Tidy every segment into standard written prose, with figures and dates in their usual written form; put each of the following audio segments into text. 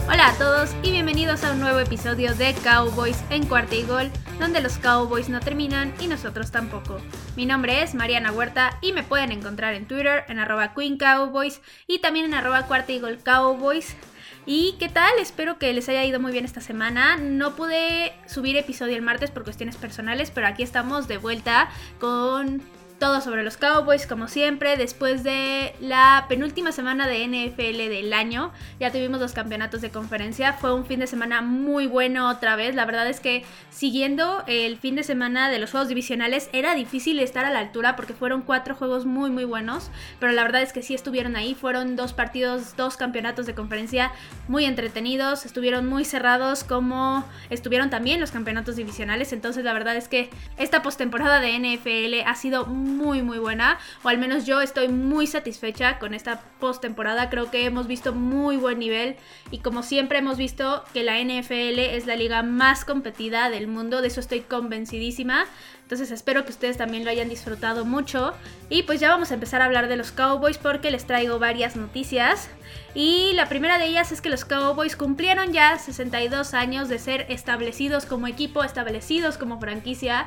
Hola a todos y bienvenidos a un nuevo episodio de Cowboys en Cuarta y Gol, donde los Cowboys no terminan y nosotros tampoco. Mi nombre es Mariana Huerta y me pueden encontrar en Twitter en @QueenCowboys y también en @Cuarta y Gol Cowboys. ¿Y qué tal? Espero que les haya ido muy bien esta semana. No pude subir episodio el martes por cuestiones personales, pero aquí estamos de vuelta con todo sobre los Cowboys, como siempre, después de la penúltima semana de NFL del año. Ya tuvimos los campeonatos de conferencia, fue un fin de semana muy bueno otra vez. La verdad es que siguiendo el fin de semana de los juegos divisionales era difícil estar a la altura porque fueron 4 juegos muy muy buenos, pero la verdad es que sí estuvieron ahí. Fueron 2 partidos, 2 campeonatos de conferencia muy entretenidos, estuvieron muy cerrados como estuvieron también los campeonatos divisionales. Entonces la verdad es que esta postemporada de NFL ha sido muy muy buena, o al menos yo estoy muy satisfecha con esta postemporada. Creo que hemos visto muy buen nivel y como siempre hemos visto que la NFL es la liga más competida del mundo, de eso estoy convencidísima. Entonces espero que ustedes también lo hayan disfrutado mucho. Y pues ya vamos a empezar a hablar de los Cowboys porque les traigo varias noticias. Y la primera de ellas es que los Cowboys cumplieron ya 62 años de ser establecidos como equipo, establecidos como franquicia.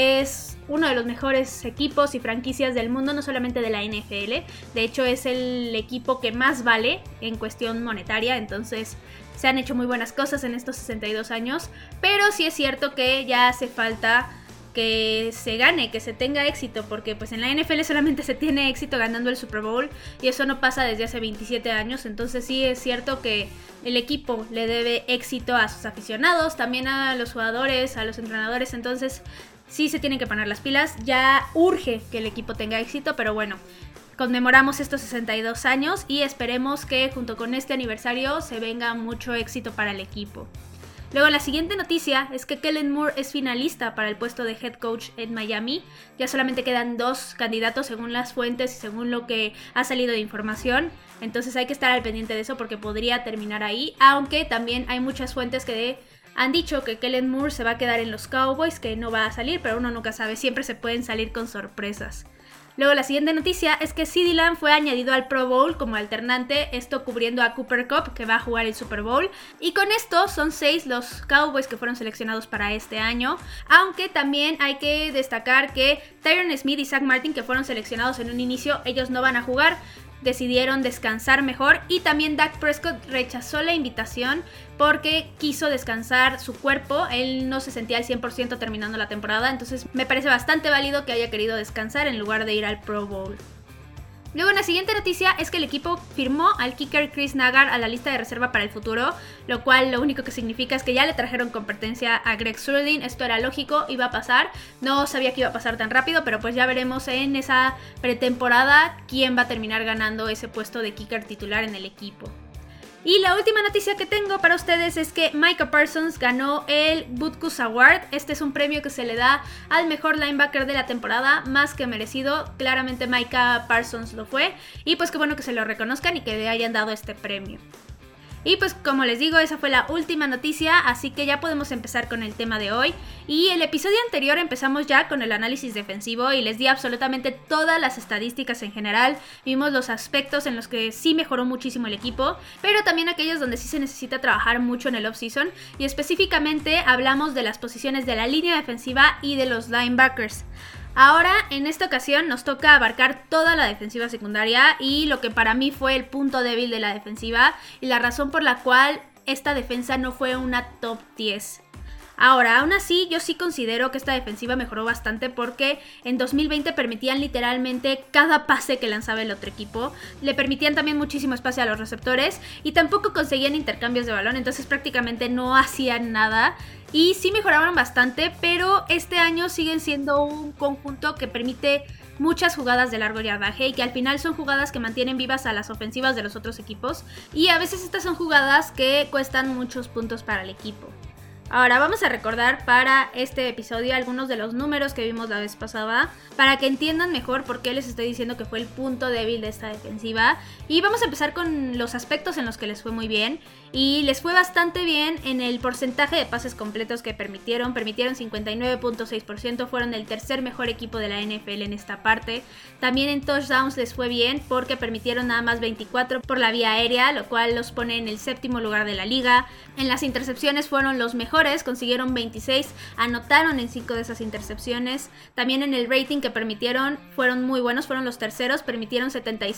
Es uno de los mejores equipos y franquicias del mundo, no solamente de la NFL. De hecho es el equipo que más vale en cuestión monetaria, entonces se han hecho muy buenas cosas en estos 62 años. Pero sí es cierto que ya hace falta que se gane, que se tenga éxito, porque pues en la NFL solamente se tiene éxito ganando el Super Bowl y eso no pasa desde hace 27 años, entonces sí es cierto que el equipo le debe éxito a sus aficionados, también a los jugadores, a los entrenadores, entonces sí se tienen que poner las pilas, ya urge que el equipo tenga éxito, pero bueno, conmemoramos estos 62 años y esperemos que junto con este aniversario se venga mucho éxito para el equipo. Luego la siguiente noticia es que Kellen Moore es finalista para el puesto de head coach en Miami. Ya solamente quedan 2 candidatos según las fuentes y según lo que ha salido de información. Entonces hay que estar al pendiente de eso porque podría terminar ahí. Aunque también hay muchas fuentes que han dicho que Kellen Moore se va a quedar en los Cowboys, que no va a salir, pero uno nunca sabe, siempre se pueden salir con sorpresas. Luego la siguiente noticia es que CeeDee Lamb fue añadido al Pro Bowl como alternante, esto cubriendo a Cooper Kupp, que va a jugar el Super Bowl. Y con esto son 6 los Cowboys que fueron seleccionados para este año, aunque también hay que destacar que Tyron Smith y Zach Martin, que fueron seleccionados en un inicio, ellos no van a jugar, decidieron descansar mejor, y también Dak Prescott rechazó la invitación porque quiso descansar su cuerpo, él no se sentía al 100% terminando la temporada, entonces me parece bastante válido que haya querido descansar en lugar de ir al Pro Bowl. Luego en la siguiente noticia es que el equipo firmó al kicker Chris Nagar a la lista de reserva para el futuro, lo cual lo único que significa es que ya le trajeron competencia a Greg Zuerlein. Esto era lógico, iba a pasar, no sabía que iba a pasar tan rápido, pero pues ya veremos en esa pretemporada quién va a terminar ganando ese puesto de kicker titular en el equipo. Y la última noticia que tengo para ustedes es que Micah Parsons ganó el Butkus Award. Este es un premio que se le da al mejor linebacker de la temporada, más que merecido. Claramente Micah Parsons lo fue. Y pues qué bueno que se lo reconozcan y que le hayan dado este premio. Y pues como les digo, esa fue la última noticia, así que ya podemos empezar con el tema de hoy. Y el episodio anterior empezamos ya con el análisis defensivo y les di absolutamente todas las estadísticas en general. Vimos los aspectos en los que sí mejoró muchísimo el equipo, pero también aquellos donde sí se necesita trabajar mucho en el offseason. Y específicamente hablamos de las posiciones de la línea defensiva y de los linebackers. Ahora, en esta ocasión, nos toca abarcar toda la defensiva secundaria y lo que para mí fue el punto débil de la defensiva y la razón por la cual esta defensa no fue una top 10. Ahora, aún así, yo sí considero que esta defensiva mejoró bastante porque en 2020 permitían literalmente cada pase que lanzaba el otro equipo, le permitían también muchísimo espacio a los receptores y tampoco conseguían intercambios de balón, entonces prácticamente no hacían nada. Y sí mejoraron bastante, pero este año siguen siendo un conjunto que permite muchas jugadas de largo yardaje y que al final son jugadas que mantienen vivas a las ofensivas de los otros equipos y a veces estas son jugadas que cuestan muchos puntos para el equipo. Ahora vamos a recordar para este episodio algunos de los números que vimos la vez pasada para que entiendan mejor por qué les estoy diciendo que fue el punto débil de esta defensiva. Y vamos a empezar con los aspectos en los que les fue muy bien. Y les fue bastante bien en el porcentaje de pases completos que permitieron 59.6%, fueron el tercer mejor equipo de la NFL en esta parte. También en touchdowns les fue bien porque permitieron nada más 24 por la vía aérea, lo cual los pone en el séptimo lugar de la liga. En las intercepciones fueron los mejores, consiguieron 26, anotaron en 5 de esas intercepciones. También en el rating que permitieron fueron muy buenos, fueron los terceros, permitieron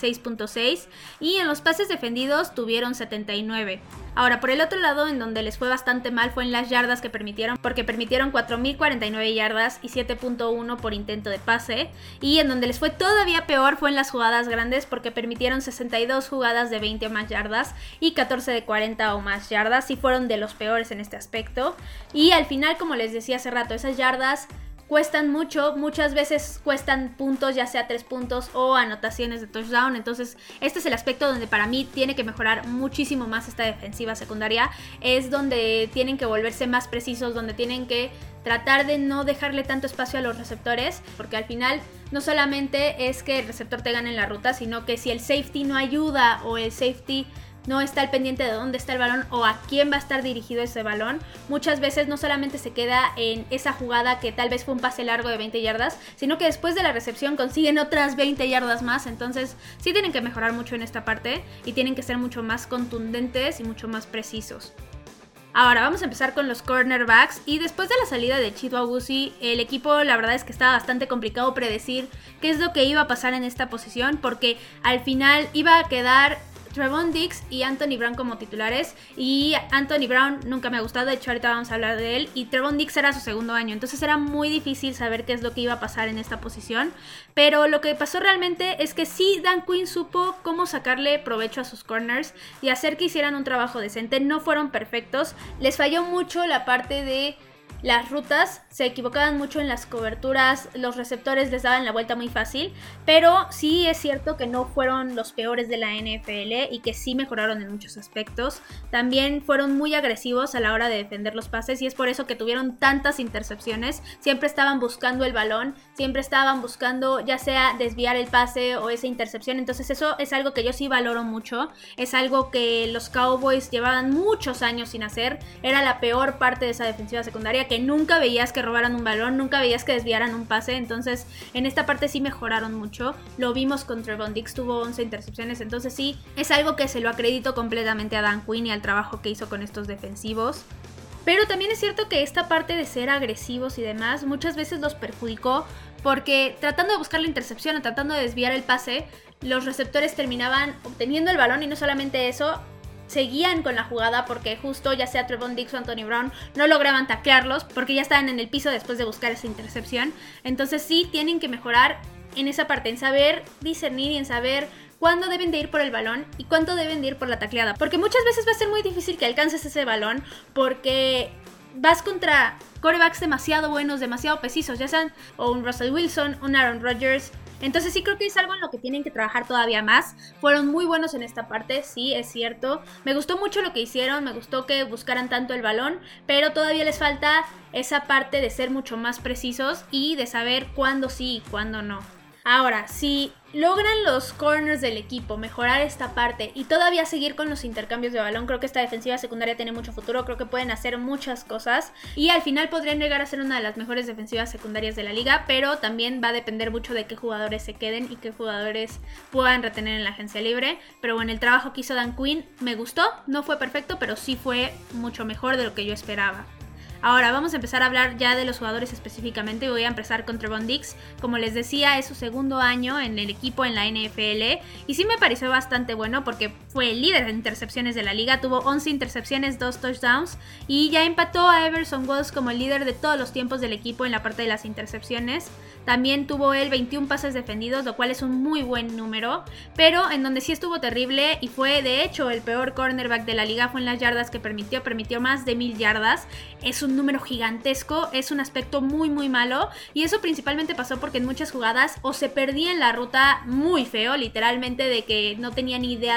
76.6 y en los pases defendidos tuvieron 79. Ahora, por el otro lado, en donde les fue bastante mal fue en las yardas que permitieron, porque permitieron 4.049 yardas y 7.1 por intento de pase. Y en donde les fue todavía peor fue en las jugadas grandes, porque permitieron 62 jugadas de 20 o más yardas y 14 de 40 o más yardas, y fueron de los peores en este aspecto. Y al final, como les decía hace rato, esas yardas cuestan mucho, muchas veces cuestan puntos, ya sea 3 puntos o anotaciones de touchdown. Entonces este es el aspecto donde para mí tiene que mejorar muchísimo más esta defensiva secundaria. Es donde tienen que volverse más precisos, donde tienen que tratar de no dejarle tanto espacio a los receptores, porque al final no solamente es que el receptor te gane en la ruta, sino que si el safety no ayuda o el safety no está al pendiente de dónde está el balón o a quién va a estar dirigido ese balón, muchas veces no solamente se queda en esa jugada que tal vez fue un pase largo de 20 yardas, sino que después de la recepción consiguen otras 20 yardas más. Entonces sí tienen que mejorar mucho en esta parte y tienen que ser mucho más contundentes y mucho más precisos. Ahora vamos a empezar con los cornerbacks, y después de la salida de Chido Awuzie, el equipo la verdad es que estaba bastante complicado predecir qué es lo que iba a pasar en esta posición, porque al final iba a quedar Trevon Diggs y Anthony Brown como titulares, y Anthony Brown nunca me ha gustado, de hecho ahorita vamos a hablar de él, y Trevon Diggs era su segundo año, entonces era muy difícil saber qué es lo que iba a pasar en esta posición. Pero lo que pasó realmente es que sí, Dan Quinn supo cómo sacarle provecho a sus corners y hacer que hicieran un trabajo decente. No fueron perfectos, les falló mucho la parte de las rutas, se equivocaban mucho en las coberturas, los receptores les daban la vuelta muy fácil, pero sí es cierto que no fueron los peores de la NFL y que sí mejoraron en muchos aspectos. También fueron muy agresivos a la hora de defender los pases, y es por eso que tuvieron tantas intercepciones. Siempre estaban buscando el balón, siempre estaban buscando ya sea desviar el pase o esa intercepción. Entonces eso es algo que yo sí valoro mucho, es algo que los Cowboys llevaban muchos años sin hacer. Era la peor parte de esa defensiva secundaria, que nunca veías que robaran un balón, nunca veías que desviaran un pase. Entonces en esta parte sí mejoraron mucho. Lo vimos con Trevon Diggs, tuvo 11 intercepciones, entonces sí, es algo que se lo acredito completamente a Dan Quinn y al trabajo que hizo con estos defensivos. Pero también es cierto que esta parte de ser agresivos y demás muchas veces los perjudicó, porque tratando de buscar la intercepción o tratando de desviar el pase, los receptores terminaban obteniendo el balón, y no solamente eso, seguían con la jugada porque justo ya sea Trevon Diggs o Anthony Brown no lograban taclearlos porque ya estaban en el piso después de buscar esa intercepción. Entonces sí tienen que mejorar en esa parte, en saber discernir y en saber cuándo deben de ir por el balón y cuánto deben de ir por la tacleada, porque muchas veces va a ser muy difícil que alcances ese balón porque vas contra quarterbacks demasiado buenos, demasiado precisos, ya sean o un Russell Wilson, un Aaron Rodgers. Entonces sí creo que es algo en lo que tienen que trabajar todavía más. Fueron muy buenos en esta parte, sí, es cierto. Me gustó mucho lo que hicieron, me gustó que buscaran tanto el balón, pero todavía les falta esa parte de ser mucho más precisos y de saber cuándo sí y cuándo no. Ahora, si logran los corners del equipo mejorar esta parte y todavía seguir con los intercambios de balón, creo que esta defensiva secundaria tiene mucho futuro, creo que pueden hacer muchas cosas y al final podrían llegar a ser una de las mejores defensivas secundarias de la liga, pero también va a depender mucho de qué jugadores se queden y qué jugadores puedan retener en la agencia libre. Pero bueno, el trabajo que hizo Dan Quinn me gustó, no fue perfecto, pero sí fue mucho mejor de lo que yo esperaba. Ahora vamos a empezar a hablar ya de los jugadores específicamente. Voy a empezar con Trevon Diggs. Como les decía, es su segundo año en el equipo en la NFL y sí me pareció bastante bueno porque fue el líder de intercepciones de la liga. Tuvo 11 intercepciones, 2 touchdowns y ya empató a Everson Wells como el líder de todos los tiempos del equipo en la parte de las intercepciones. También tuvo él 21 pases defendidos, lo cual es un muy buen número, pero en donde sí estuvo terrible y fue de hecho el peor cornerback de la liga fue en las yardas que permitió más de 1000 yardas. Es un número gigantesco, es un aspecto muy muy malo y eso principalmente pasó porque en muchas jugadas o se perdía en la ruta muy feo, literalmente de que no tenía ni idea de a dónde iba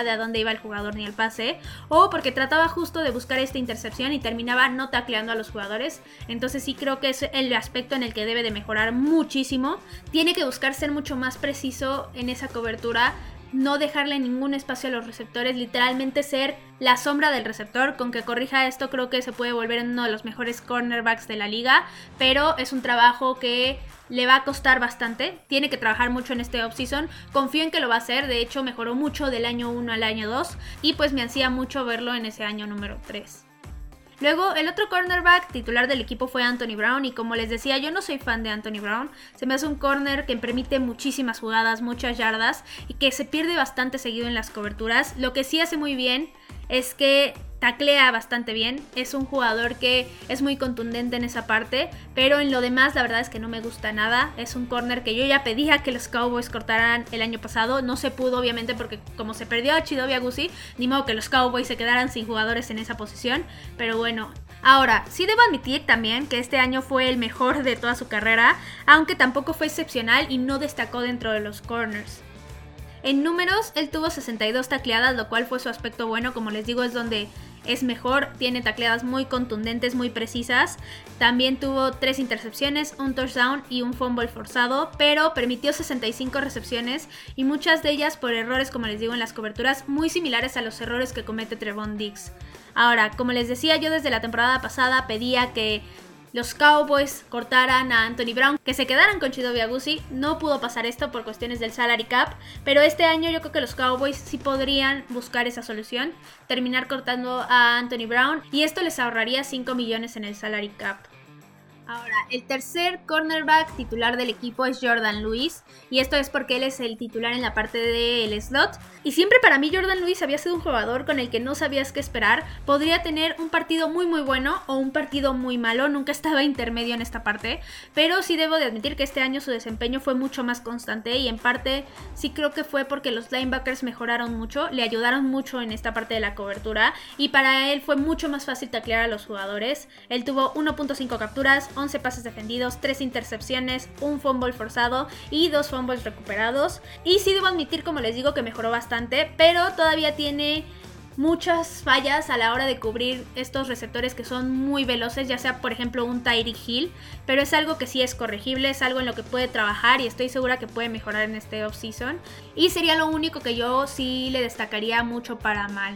iba el jugador ni el pase, o porque trataba justo de buscar esta intercepción y terminaba no tacleando a los jugadores. Entonces sí creo que es el aspecto en el que debe de mejorar muchísimo. Tiene que buscar ser mucho más preciso en esa cobertura, no dejarle ningún espacio a los receptores, literalmente ser la sombra del receptor. Con que corrija esto creo que se puede volver en uno de los mejores cornerbacks de la liga, pero es un trabajo que le va a costar bastante, tiene que trabajar mucho en este offseason, confío en que lo va a hacer, de hecho mejoró mucho del año 1 al año 2 y pues me ansía mucho verlo en ese año número 3. Luego, el otro cornerback titular del equipo fue Anthony Brown, y como les decía, yo no soy fan de Anthony Brown. Se me hace un corner que permite muchísimas jugadas, muchas yardas, y que se pierde bastante seguido en las coberturas. Lo que sí hace muy bien es que taclea bastante bien, es un jugador que es muy contundente en esa parte, pero en lo demás la verdad es que no me gusta nada. Es un corner que yo ya pedía que los Cowboys cortaran el año pasado, no se pudo obviamente porque como se perdió a Chidobe Awuzie, ni modo que los Cowboys se quedaran sin jugadores en esa posición, pero bueno. Ahora, sí debo admitir también que este año fue el mejor de toda su carrera, aunque tampoco fue excepcional y no destacó dentro de los corners. En números, él tuvo 62 tacleadas, lo cual fue su aspecto bueno, como les digo, es donde es mejor, tiene tacleadas muy contundentes, muy precisas. También tuvo 3 intercepciones, un touchdown y un fumble forzado, pero permitió 65 recepciones y muchas de ellas por errores, como les digo, en las coberturas, muy similares a los errores que comete Trevon Diggs. Ahora, como les decía, yo desde la temporada pasada pedía que los Cowboys cortaran a Anthony Brown, que se quedaran con Chidobe Awuzie. No pudo pasar esto por cuestiones del salary cap, pero este año yo creo que los Cowboys sí podrían buscar esa solución, terminar cortando a Anthony Brown, y esto les ahorraría 5 millones en el salary cap. Ahora, el tercer cornerback titular del equipo es Jourdan Lewis, y esto es porque él es el titular en la parte del slot. Y siempre para mí Jourdan Lewis había sido un jugador con el que no sabías qué esperar. Podría tener un partido muy muy bueno o un partido muy malo, nunca estaba intermedio en esta parte, pero sí debo de admitir que este año su desempeño fue mucho más constante, y en parte sí creo que fue porque los linebackers mejoraron mucho, le ayudaron mucho en esta parte de la cobertura, y para él fue mucho más fácil taclear a los jugadores. Él tuvo 1.5 capturas, 11 pases defendidos, 3 intercepciones, un fumble forzado y 2 fumbles recuperados. Y sí debo admitir, como les digo, que mejoró bastante, pero todavía tiene muchas fallas a la hora de cubrir estos receptores que son muy veloces, ya sea por ejemplo un Tyreek Hill, pero es algo que sí es corregible, es algo en lo que puede trabajar y estoy segura que puede mejorar en este offseason, y sería lo único que yo sí le destacaría mucho para mal.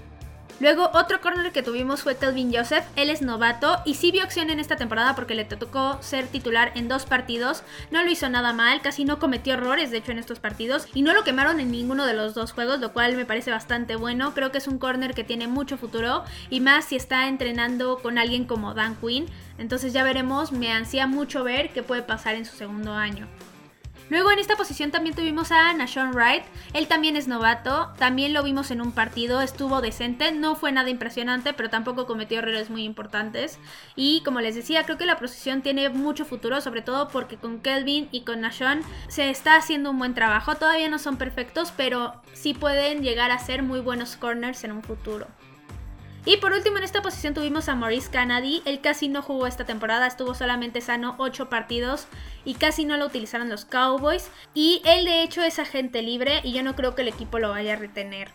Luego otro corner que tuvimos fue Kelvin Joseph. Él es novato y sí vio acción en esta temporada porque le tocó ser titular en 2 partidos. No lo hizo nada mal, casi no cometió errores de hecho en estos partidos y no lo quemaron en ninguno de los 2 juegos, lo cual me parece bastante bueno. Creo que es un corner que tiene mucho futuro y más si está entrenando con alguien como Dan Quinn. Entonces ya veremos, me ansía mucho ver qué puede pasar en su segundo año. Luego en esta posición también tuvimos a Nahshon Wright. Él también es novato, también lo vimos en un partido, estuvo decente, no fue nada impresionante, pero tampoco cometió errores muy importantes. Y como les decía, creo que la posición tiene mucho futuro, sobre todo porque con Kelvin y con Nahshon se está haciendo un buen trabajo. Todavía no son perfectos, pero sí pueden llegar a ser muy buenos corners en un futuro. Y por último en esta posición tuvimos a Maurice Canady. Él casi no jugó esta temporada, estuvo solamente sano 8 partidos y casi no lo utilizaron los Cowboys. Y él de hecho es agente libre y yo no creo que el equipo lo vaya a retener.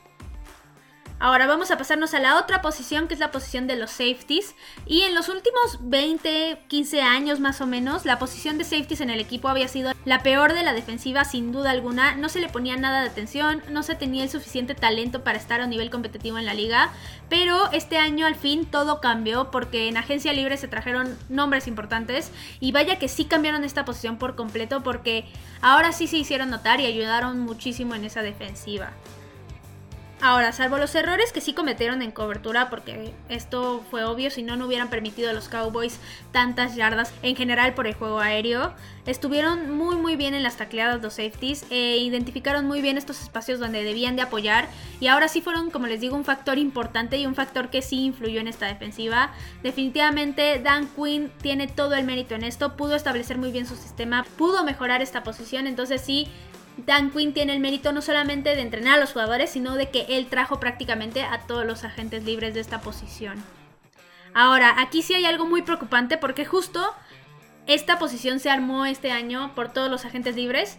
Ahora vamos a pasarnos a la otra posición, que es la posición de los safeties. Y en los últimos 20, 15 años más o menos, la posición de safeties en el equipo había sido la peor de la defensiva sin duda alguna. No se le ponía nada de atención, no se tenía el suficiente talento para estar a un nivel competitivo en la liga. Pero este año al fin todo cambió porque en agencia libre se trajeron nombres importantes. Y vaya que sí cambiaron esta posición por completo porque ahora sí se hicieron notar y ayudaron muchísimo en esa defensiva. Ahora, salvo los errores que sí cometieron en cobertura, porque esto fue obvio, si no, no hubieran permitido a los Cowboys tantas yardas en general por el juego aéreo. Estuvieron muy bien en las tacleadas los safeties e identificaron muy bien estos espacios donde debían de apoyar. Y ahora sí fueron, como les digo, un factor importante y un factor que sí influyó en esta defensiva. Definitivamente Dan Quinn tiene todo el mérito en esto, pudo establecer muy bien su sistema, pudo mejorar esta posición, entonces sí, Dan Quinn tiene el mérito no solamente de entrenar a los jugadores, sino de que él trajo prácticamente a todos los agentes libres de esta posición. Ahora, aquí sí hay algo muy preocupante porque justo esta posición se armó este año por todos los agentes libres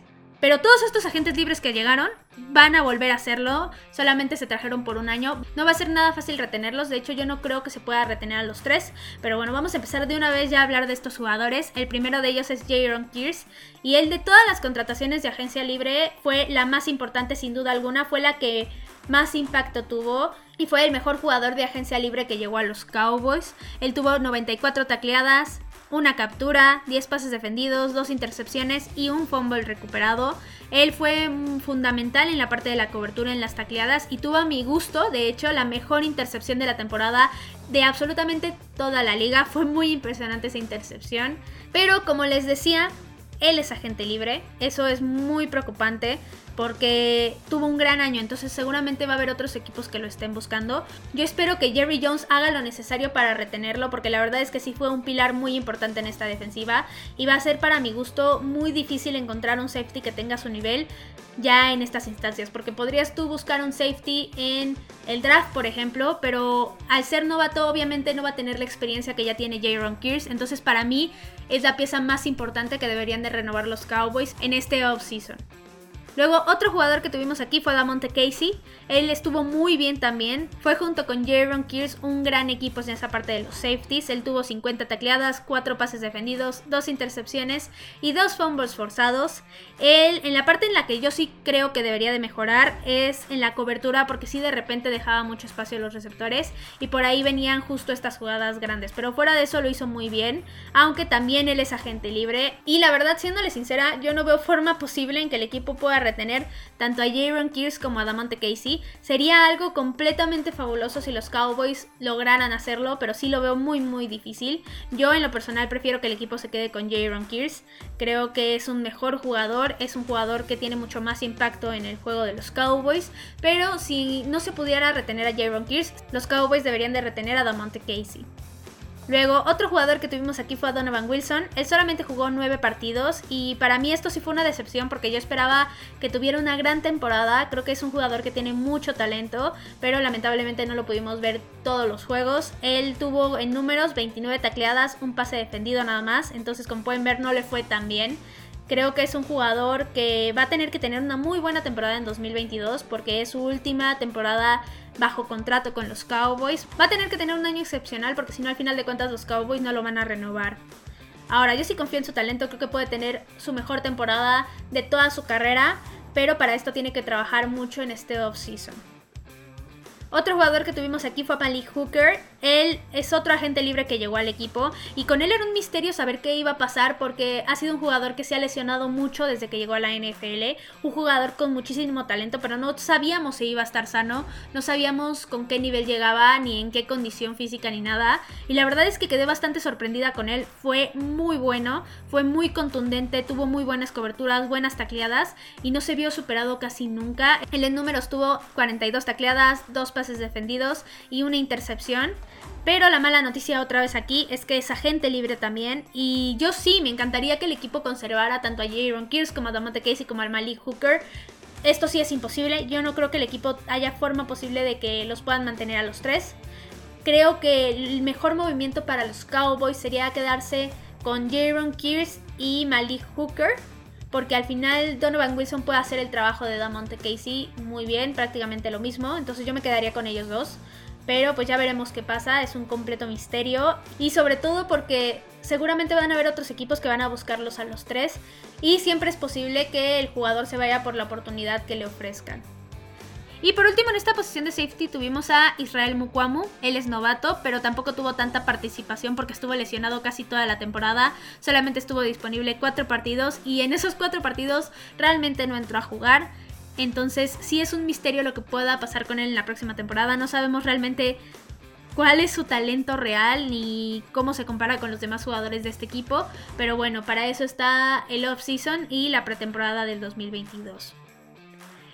Pero todos estos agentes libres que llegaron van a volver a hacerlo, solamente se trajeron por un año. No va a ser nada fácil retenerlos, de hecho yo no creo que se pueda retener a los 3. Pero bueno, vamos a empezar de una vez ya a hablar de estos jugadores. El primero de ellos es Jaron Kears, y él de todas las contrataciones de agencia libre fue la más importante sin duda alguna, fue la que más impacto tuvo y fue el mejor jugador de agencia libre que llegó a los Cowboys. Él tuvo 94 tacleadas, una captura, 10 pases defendidos, 2 intercepciones y un fumble recuperado. Él fue fundamental en la parte de la cobertura en las tacleadas y tuvo a mi gusto, de hecho, la mejor intercepción de la temporada de absolutamente toda la liga. Fue muy impresionante esa intercepción. Pero como les decía, él es agente libre, eso es muy preocupante porque tuvo un gran año, entonces seguramente va a haber otros equipos que lo estén buscando. Yo espero que Jerry Jones haga lo necesario para retenerlo, porque la verdad es que sí fue un pilar muy importante en esta defensiva y va a ser para mi gusto muy difícil encontrar un safety que tenga su nivel ya en estas instancias, porque podrías tú buscar un safety en el draft, por ejemplo, pero al ser novato obviamente no va a tener la experiencia que ya tiene Jaron Kears, entonces para mí es la pieza más importante que deberían de renovar los Cowboys en este offseason. Luego, otro jugador que tuvimos aquí fue Damontae Kazee. Él estuvo muy bien también. Fue junto con Jaron Kears un gran equipo en esa parte de los safeties. Él tuvo 50 tacleadas, 4 pases defendidos, 2 intercepciones y 2 fumbles forzados. Él, en la parte en la que yo sí creo que debería de mejorar es en la cobertura, porque sí de repente dejaba mucho espacio a los receptores y por ahí venían justo estas jugadas grandes. Pero fuera de eso lo hizo muy bien, aunque también él es agente libre. Y la verdad, siéndole sincera, yo no veo forma posible en que el equipo pueda retener tanto a Jaron Kears como a Damontae Kazee. Sería algo completamente fabuloso si los Cowboys lograran hacerlo, pero sí lo veo muy muy difícil. Yo en lo personal prefiero que el equipo se quede con Jaron Kears. Creo que es un mejor jugador, es un jugador que tiene mucho más impacto en el juego de los Cowboys, pero si no se pudiera retener a Jaron Kears, los Cowboys deberían de retener a Damontae Kazee. Luego, otro jugador que tuvimos aquí fue a Donovan Wilson. Él solamente jugó 9 partidos y para mí esto sí fue una decepción, porque yo esperaba que tuviera una gran temporada. Creo que es un jugador que tiene mucho talento, pero lamentablemente no lo pudimos ver todos los juegos. Él tuvo en números 29 tacleadas, un pase defendido nada más, entonces como pueden ver no le fue tan bien. Creo que es un jugador que va a tener que tener una muy buena temporada en 2022, porque es su última temporada bajo contrato con los Cowboys. Va a tener que tener un año excepcional, porque si no, al final de cuentas los Cowboys no lo van a renovar. Ahora, yo sí confío en su talento, creo que puede tener su mejor temporada de toda su carrera, pero para esto tiene que trabajar mucho en este offseason. Otro jugador que tuvimos aquí fue Malik Hooker. Él es otro agente libre que llegó al equipo y con él era un misterio saber qué iba a pasar, porque ha sido un jugador que se ha lesionado mucho desde que llegó a la NFL, un jugador con muchísimo talento, pero no sabíamos si iba a estar sano, no sabíamos con qué nivel llegaba, ni en qué condición física ni nada, y la verdad es que quedé bastante sorprendida con él. Fue muy bueno, fue muy contundente, tuvo muy buenas coberturas, buenas tacleadas y no se vio superado casi nunca. Él en números tuvo 42 tacleadas, 2 pases defendidos y una intercepción. Pero la mala noticia otra vez aquí es que es agente libre también, y yo sí me encantaría que el equipo conservara tanto a Jaron Kears como a Damontae Kazee como al Malik Hooker. Esto sí es imposible, yo no creo que el equipo haya forma posible de que los puedan mantener a los 3. Creo que el mejor movimiento para los Cowboys sería quedarse con Jaron Kears y Malik Hooker, porque al final Donovan Wilson puede hacer el trabajo de Damontae Kazee muy bien, prácticamente lo mismo, entonces yo me quedaría con ellos dos. Pero pues ya veremos qué pasa, es un completo misterio. Y sobre todo porque seguramente van a haber otros equipos que van a buscarlos a los 3. Y siempre es posible que el jugador se vaya por la oportunidad que le ofrezcan. Y por último, en esta posición de safety tuvimos a Israel Mukuamu. Él es novato, pero tampoco tuvo tanta participación porque estuvo lesionado casi toda la temporada. Solamente estuvo disponible 4 partidos y en esos 4 partidos realmente no entró a jugar. Entonces sí es un misterio lo que pueda pasar con él en la próxima temporada. No sabemos realmente cuál es su talento real ni cómo se compara con los demás jugadores de este equipo. Pero bueno, para eso está el off-season y la pretemporada del 2022.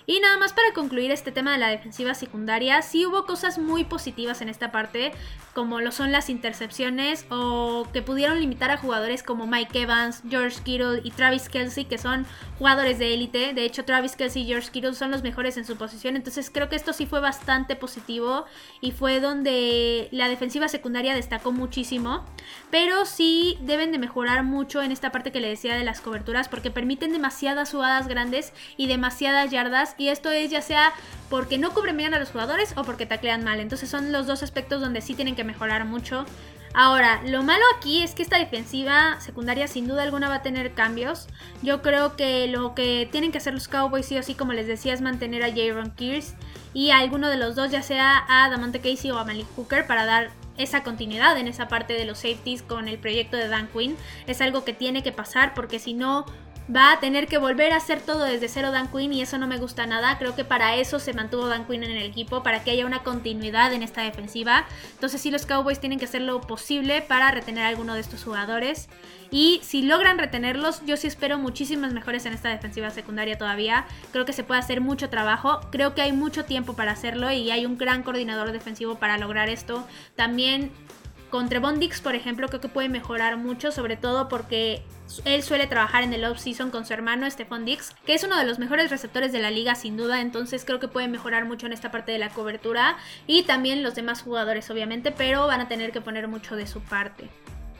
Y nada más para concluir este tema de la defensiva secundaria, sí hubo cosas muy positivas en esta parte, como lo son las intercepciones o que pudieron limitar a jugadores como Mike Evans, George Kittle y Travis Kelce, que son jugadores de élite. De hecho, Travis Kelce y George Kittle son los mejores en su posición, entonces creo que esto sí fue bastante positivo y fue donde la defensiva secundaria destacó muchísimo, pero sí deben de mejorar mucho en esta parte que le decía de las coberturas, porque permiten demasiadas jugadas grandes y demasiadas yardas, y esto es ya sea porque no cubren bien a los jugadores o porque taclean mal. Entonces son los dos aspectos donde sí tienen que mejorar mucho. Ahora, lo malo aquí es que esta defensiva secundaria sin duda alguna va a tener cambios. Yo creo que lo que tienen que hacer los Cowboys sí o sí, como les decía, es mantener a Jaron Kearse y a alguno de los dos, ya sea a Damontae Kazee o a Malik Hooker, para dar esa continuidad en esa parte de los safeties con el proyecto de Dan Quinn. Es algo que tiene que pasar, porque si no va a tener que volver a hacer todo desde cero Dan Quinn, y eso no me gusta nada. Creo que para eso se mantuvo Dan Quinn en el equipo, para que haya una continuidad en esta defensiva. Entonces sí, los Cowboys tienen que hacer lo posible para retener a alguno de estos jugadores, y si logran retenerlos, yo sí espero muchísimas mejores en esta defensiva secundaria todavía. Creo que se puede hacer mucho trabajo, creo que hay mucho tiempo para hacerlo y hay un gran coordinador defensivo para lograr esto. También con Trevon Diggs, por ejemplo, creo que puede mejorar mucho, sobre todo porque él suele trabajar en el off-season con su hermano Stephon Diggs, que es uno de los mejores receptores de la liga sin duda. Entonces creo que puede mejorar mucho en esta parte de la cobertura, y también los demás jugadores obviamente, pero van a tener que poner mucho de su parte.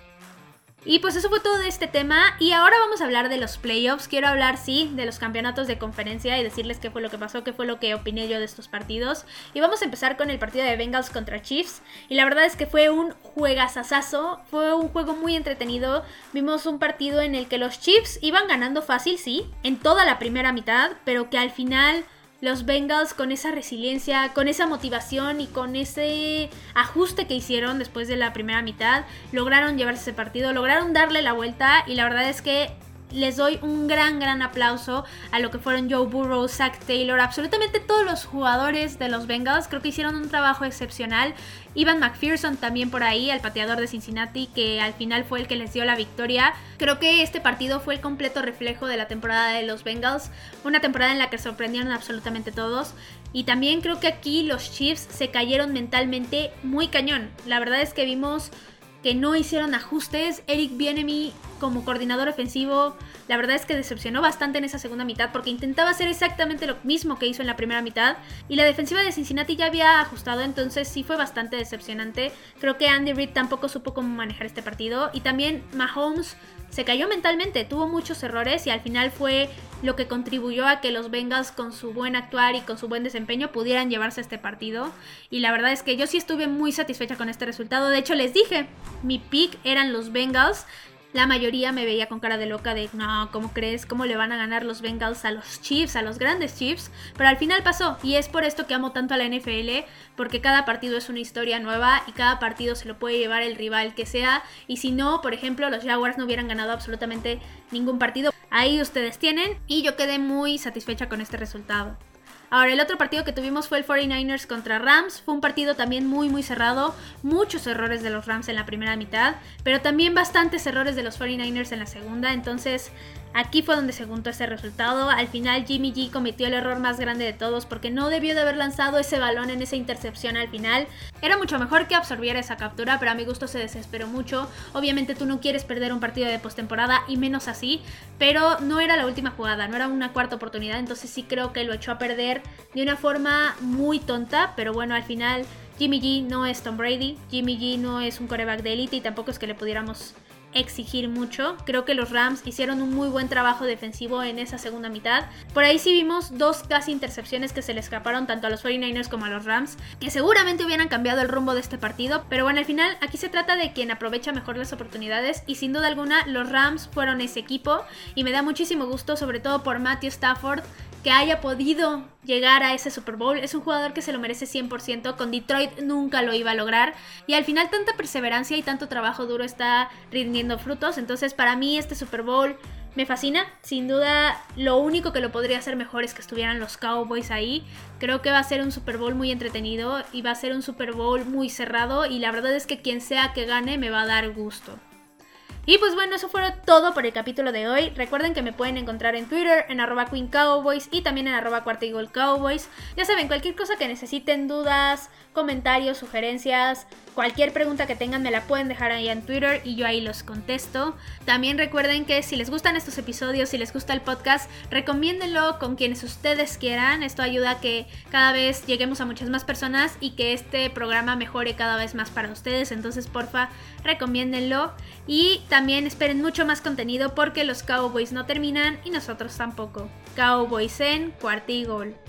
Y pues eso fue todo de este tema, y ahora vamos a hablar de los playoffs. Quiero hablar, sí, de los campeonatos de conferencia y decirles qué fue lo que pasó, qué fue lo que opiné yo de estos partidos. Y vamos a empezar con el partido de Bengals contra Chiefs, y la verdad es que fue un juegazazazo, fue un juego muy entretenido. Vimos un partido en el que los Chiefs iban ganando fácil, sí, en toda la primera mitad, pero que al final los Bengals, con esa resiliencia, con esa motivación y con ese ajuste que hicieron después de la primera mitad, lograron llevarse ese partido, lograron darle la vuelta, y la verdad es que les doy un gran aplauso a lo que fueron Joe Burrow, Zach Taylor, absolutamente todos los jugadores de los Bengals. Creo que hicieron un trabajo excepcional. Evan McPherson también por ahí, el pateador de Cincinnati, que al final fue el que les dio la victoria. Creo que este partido fue el completo reflejo de la temporada de los Bengals, una temporada en la que sorprendieron absolutamente todos. Y también creo que aquí los Chiefs se cayeron mentalmente muy cañón. La verdad es que vimos que no hicieron ajustes. Eric Bieniemy como coordinador ofensivo, la verdad es que decepcionó bastante en esa segunda mitad, porque intentaba hacer exactamente lo mismo que hizo en la primera mitad, y la defensiva de Cincinnati ya había ajustado, entonces sí fue bastante decepcionante. Creo que Andy Reid tampoco supo cómo manejar este partido, y también Mahomes se cayó mentalmente, tuvo muchos errores, y al final fue lo que contribuyó a que los Bengals, con su buen actuar y con su buen desempeño, pudieran llevarse este partido. Y la verdad es que yo sí estuve muy satisfecha con este resultado. De hecho, les dije, mi pick eran los Bengals. La mayoría me veía con cara de loca de, no, ¿cómo crees? ¿Cómo le van a ganar los Bengals a los Chiefs, a los grandes Chiefs? Pero al final pasó, y es por esto que amo tanto a la NFL, porque cada partido es una historia nueva y cada partido se lo puede llevar el rival que sea. Y si no, por ejemplo, los Jaguars no hubieran ganado absolutamente ningún partido. Ahí ustedes tienen, y yo quedé muy satisfecha con este resultado. Ahora, el otro partido que tuvimos fue el 49ers contra Rams. Fue un partido también muy cerrado. Muchos errores de los Rams en la primera mitad, pero también bastantes errores de los 49ers en la segunda. Entonces, aquí fue donde se juntó ese resultado. Al final, Jimmy G cometió el error más grande de todos, porque no debió de haber lanzado ese balón en esa intercepción al final. Era mucho mejor que absorbiera esa captura, pero a mi gusto se desesperó mucho. Obviamente tú no quieres perder un partido de postemporada, y menos así, pero no era la última jugada, no era una cuarta oportunidad, entonces sí creo que lo echó a perder de una forma muy tonta. Pero bueno, al final Jimmy G no es Tom Brady, Jimmy G no es un quarterback de élite, y tampoco es que le pudiéramos exigir mucho. Creo que los Rams hicieron un muy buen trabajo defensivo en esa segunda mitad. Por ahí sí vimos dos casi intercepciones que se le escaparon tanto a los 49ers como a los Rams, que seguramente hubieran cambiado el rumbo de este partido. Pero bueno, al final aquí se trata de quien aprovecha mejor las oportunidades, y sin duda alguna los Rams fueron ese equipo, y me da muchísimo gusto, sobre todo por Matthew Stafford, que haya podido llegar a ese Super Bowl. Es un jugador que se lo merece 100%, con Detroit nunca lo iba a lograr, y al final tanta perseverancia y tanto trabajo duro está rindiendo frutos. Entonces para mí este Super Bowl me fascina. Sin duda lo único que lo podría hacer mejor es que estuvieran los Cowboys ahí. Creo que va a ser un Super Bowl muy entretenido, y va a ser un Super Bowl muy cerrado, y la verdad es que quien sea que gane me va a dar gusto. Y pues bueno, eso fue todo por el capítulo de hoy. Recuerden que me pueden encontrar en Twitter, en @QueenCowboys y también en @cuartaygolcowboys. Ya saben, cualquier cosa que necesiten, dudas, comentarios, sugerencias, cualquier pregunta que tengan me la pueden dejar ahí en Twitter y yo ahí los contesto. También recuerden que si les gustan estos episodios, si les gusta el podcast, recomiéndenlo con quienes ustedes quieran. Esto ayuda a que cada vez lleguemos a muchas más personas y que este programa mejore cada vez más para ustedes. Entonces, porfa, recomiéndenlo. Y también esperen mucho más contenido porque los Cowboys no terminan y nosotros tampoco. Cowboys en Cuarta y Gol.